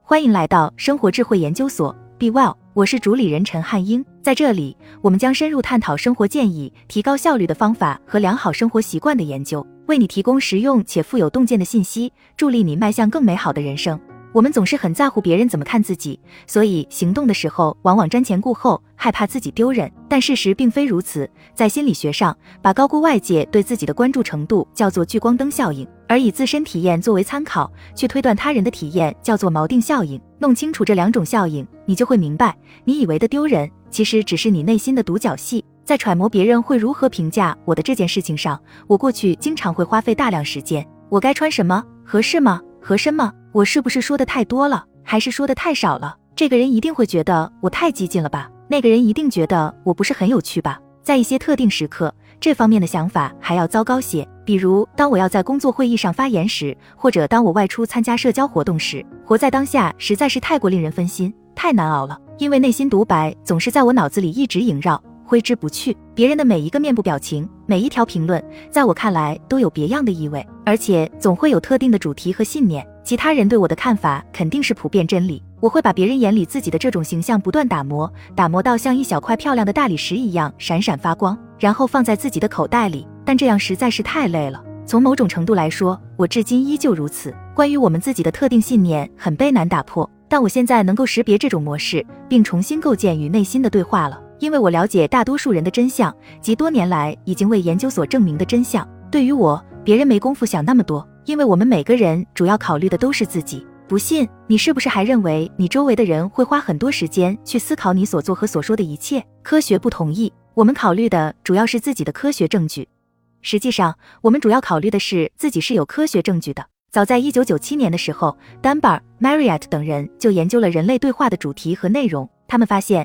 欢迎来到生活智慧研究所 Be Well， 我是主理人陈汉英。在这里，我们将深入探讨生活建议、提高效率的方法和良好生活习惯的研究，为你提供实用且富有洞见的信息，助力你迈向更美好的人生。我们总是很在乎别人怎么看自己，所以行动的时候往往瞻前顾后，害怕自己丢人。但事实并非如此，在心理学上，把高估外界对自己的关注程度叫做聚光灯效应，而以自身体验作为参考，去推断他人的体验叫做锚定效应。弄清楚这两种效应，你就会明白，你以为的丢人，其实只是你内心的独角戏。在揣摩别人会如何评价我的这件事情上，我过去经常会花费大量时间。我该穿什么？合适吗？合身吗？我是不是说的太多了，还是说的太少了？这个人一定会觉得我太激进了吧？那个人一定觉得我不是很有趣吧？在一些特定时刻，这方面的想法还要糟糕些。比如，当我要在工作会议上发言时，或者当我外出参加社交活动时，活在当下实在是太过令人分心，太难熬了。因为内心独白总是在我脑子里一直萦绕，挥之不去。别人的每一个面部表情，每一条评论，在我看来都有别样的意味，而且总会有特定的主题和信念。其他人对我的看法肯定是普遍真理，我会把别人眼里自己的这种形象不断打磨到像一小块漂亮的大理石一样闪闪发光，然后放在自己的口袋里。但这样实在是太累了。从某种程度来说，我至今依旧如此。关于我们自己的特定信念很被难打破，但我现在能够识别这种模式，并重新构建与内心的对话了。因为我了解大多数人的真相，及多年来已经为研究所证明的真相。对于我，别人没工夫想那么多，因为我们每个人主要考虑的都是自己。不信，你是不是还认为你周围的人会花很多时间去思考你所做和所说的一切？科学不同意，我们考虑的主要是自己的科学证据。实际上，我们主要考虑的是自己是有科学证据的。早在1997年的时候， Dunbar、Marriott 等人就研究了人类对话的主题和内容。他们发现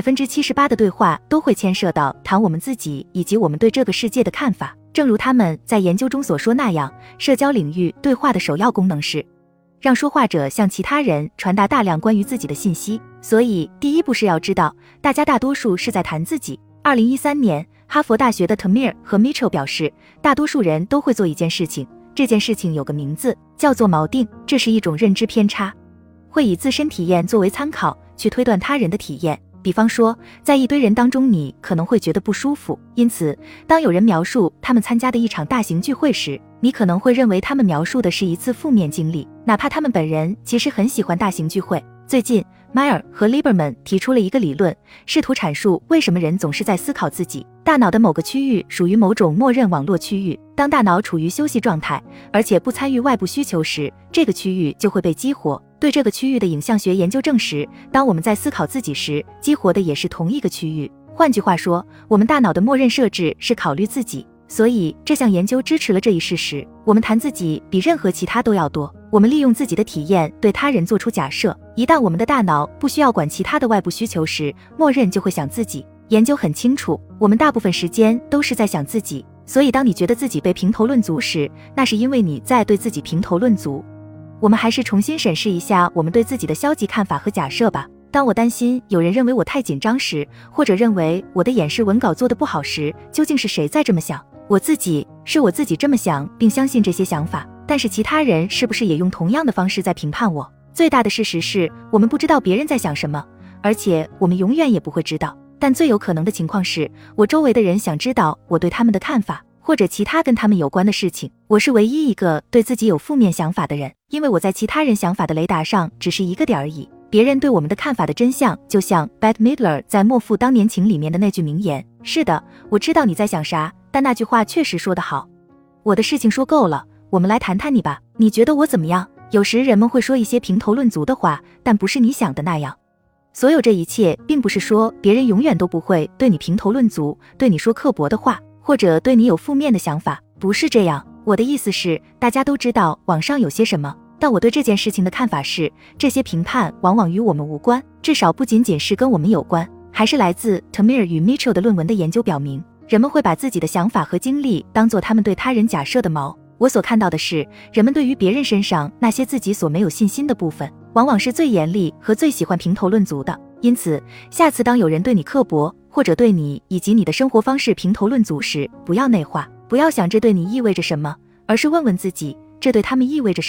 78% 的对话都会牵涉到谈我们自己以及我们对这个世界的看法。正如他们在研究中所说那样，社交领域对话的首要功能是让说话者向其他人传达大量关于自己的信息。所以第一步是要知道，大家大多数是在谈自己。2013年，哈佛大学的 Tamir 和 Mitchell 表示，大多数人都会做一件事情，这件事情有个名字，叫做锚定。这是一种认知偏差，会以自身体验作为参考，去推断他人的体验。比方说，在一堆人当中，你可能会觉得不舒服，因此当有人描述他们参加的一场大型聚会时，你可能会认为他们描述的是一次负面经历，哪怕他们本人其实很喜欢大型聚会。最近迈尔和 Lieberman 提出了一个理论，试图阐述为什么人总是在思考自己。大脑的某个区域属于某种默认网络区域，当大脑处于休息状态，而且不参与外部需求时，这个区域就会被激活。对这个区域的影像学研究证实，当我们在思考自己时，激活的也是同一个区域。换句话说，我们大脑的默认设置是考虑自己。所以这项研究支持了这一事实，我们谈自己比任何其他都要多。我们利用自己的体验对他人做出假设，一旦我们的大脑不需要管其他的外部需求时，默认就会想自己。研究很清楚，我们大部分时间都是在想自己，所以当你觉得自己被评头论足时，那是因为你在对自己评头论足。我们还是重新审视一下我们对自己的消极看法和假设吧。当我担心有人认为我太紧张时，或者认为我的演示文稿做得不好时，究竟是谁在这么想？我自己这么想并相信这些想法，但是其他人是不是也用同样的方式在评判我？最大的事实是，我们不知道别人在想什么，而且我们永远也不会知道。但最有可能的情况是，我周围的人想知道我对他们的看法，或者其他跟他们有关的事情。我是唯一一个对自己有负面想法的人，因为我在其他人想法的雷达上只是一个点而已。别人对我们的看法的真相，就像 Bette Midler 在《莫负当年情》里面的那句名言：是的，我知道你在想啥，但那句话确实说得好。我的事情说够了，我们来谈谈你吧。你觉得我怎么样？有时人们会说一些评头论足的话，但不是你想的那样。所有这一切并不是说别人永远都不会对你评头论足，对你说刻薄的话，或者对你有负面的想法，不是这样。我的意思是，大家都知道网上有些什么，但我对这件事情的看法是，这些评判往往与我们无关，至少不仅仅是跟我们有关。还是来自 Tamir 与 Mitchell 的论文的研究表明，人们会把自己的想法和经历当作他们对他人假设的锚。我所看到的是，人们对于别人身上那些自己所没有信心的部分，往往是最严厉和最喜欢评头论足的。因此，下次当有人对你刻薄，或者对你以及你的生活方式评头论足时，不要内化，不要想这对你意味着什么，而是问问自己，这对他们意味着什么？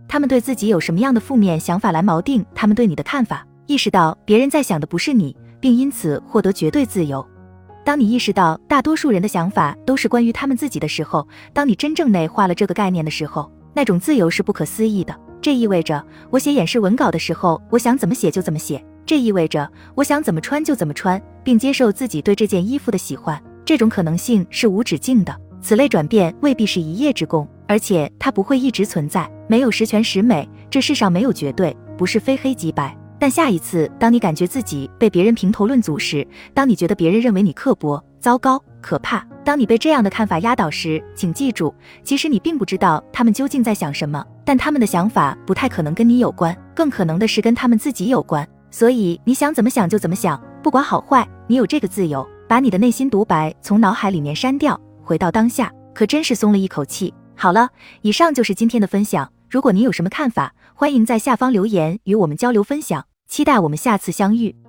他们对自己有什么样的负面想法来锚定他们对你的看法，意识到别人在想的不是你，并因此获得绝对自由。当你意识到大多数人的想法都是关于他们自己的时候，当你真正内化了这个概念的时候，那种自由是不可思议的。这意味着我写演示文稿的时候，我想怎么写就怎么写，这意味着我想怎么穿就怎么穿，并接受自己对这件衣服的喜欢。这种可能性是无止境的。此类转变未必是一夜之功，而且它不会一直存在。没有十全十美，这世上没有绝对，不是非黑即白。但下一次当你感觉自己被别人评头论足时，当你觉得别人认为你刻薄、糟糕、可怕，当你被这样的看法压倒时，请记住，其实你并不知道他们究竟在想什么，但他们的想法不太可能跟你有关，更可能的是跟他们自己有关。所以你想怎么想就怎么想，不管好坏，你有这个自由。把你的内心独白从脑海里面删掉，回到当下，可真是松了一口气。好了，以上就是今天的分享。如果您有什么看法，欢迎在下方留言与我们交流分享，期待我们下次相遇。